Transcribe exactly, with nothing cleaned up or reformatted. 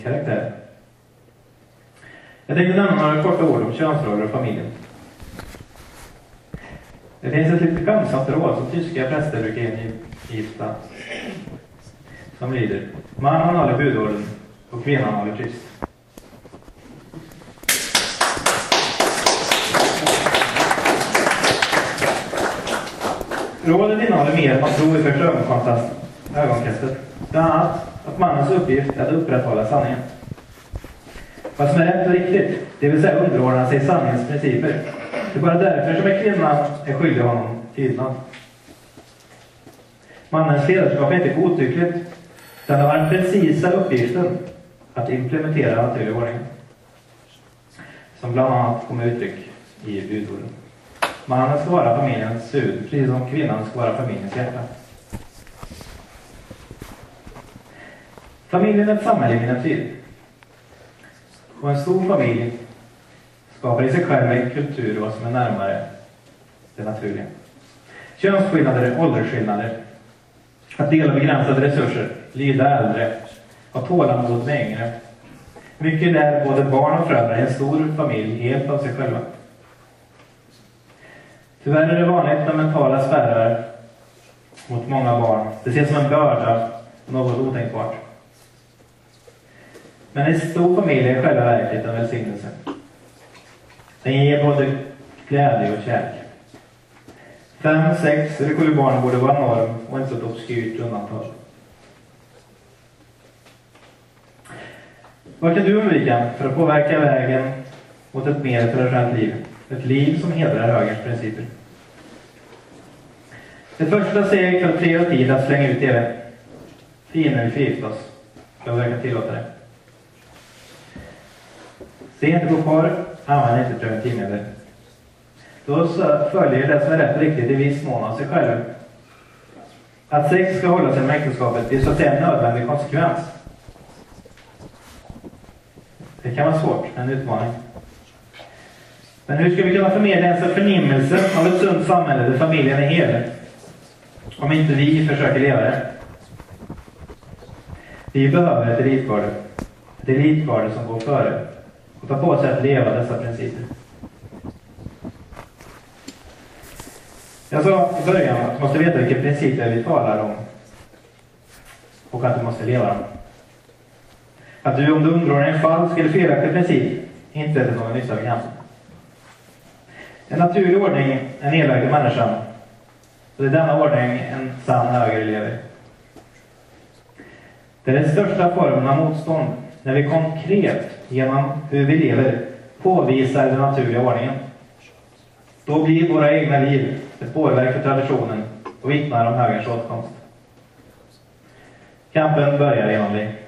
karaktär. Jag tänkte nämna några korta ord om könsroller och familjen. Det finns ett lite skämsamt råd som tyska präster brukar ingifta, som lyder: mannen håller budorden och kvinnan håller tyst. Rådet innehåller mer än man tror i första ögonkastet, ögonkastet. Bland annat att mannens uppgift är att upprätthålla sanningen. Vad som är rätt och riktigt, det vill säga underordna sig sanningens principer. Det är bara därför som en kvinna är skyldig honom tydnad. Mannens ledarskap är inte godtyckligt, utan det har den precisa uppgiften att implementera naturlig ordning. Som bland annat kommer uttryck i budorden. Mannen ska vara familjens huvud, precis som kvinnan ska vara familjens hjärta. Familjen är ett samhälle i miniatyr. Och en stor familj skapar i sig själv en kultur vad som är närmare det naturliga. Könsskillnader, åldersskillnader, att dela begränsade resurser, lyda äldre, ha tålamod med yngre. Mycket där både barn och föräldrar i en stor familj helt av sig själva. Tyvärr är det vanligt med mentala spärrar mot många barn. Det ses som en börda och något otänkbart. Men en stor familj är själva verkligt en välsignelse. Den ger både glädje och kärlek. Fem, sex eller sju barn borde vara norm och inte ett obskyrt undantag. Vad kan du undvika för att påverka vägen mot ett mer traditionellt liv? Ett liv som hedrar högerns principer. Det första steg för att frigöra tid att slänga ut det innan vi förgiftar oss. Jag verkar tillåta det. Se inte på porr, använd inte preventivmedel. Då följer det som är rätt och riktigt i viss mån av sig själv. Att sex ska hålla sig med äktenskapet är så att säga en nödvändig konsekvens. Det kan vara svårt, en utmaning. Men hur ska vi kunna förmedla ens en förnimmelse av ett sunt samhälle där familjen är hel? Om inte vi försöker leva det. Vi behöver ett elitgarde. Ett elitgarde som går före och tar på sig att leva dessa principer. Jag sa i början att du måste veta vilka principer vi talar om och att du måste leva dem. Att du, om du undrar en falsk eller felaktig princip, inte är det någon nytta vi kan. En naturlig ordning är nedlagd i människan. Och det är denna ordning en sann höger lever. Det är den största formen av motstånd när vi konkret genom hur vi lever påvisar den naturliga ordningen. Då blir våra egna liv ett påverk för traditionen och vittnar om högerns åtkomst. Kampen börjar genom dig.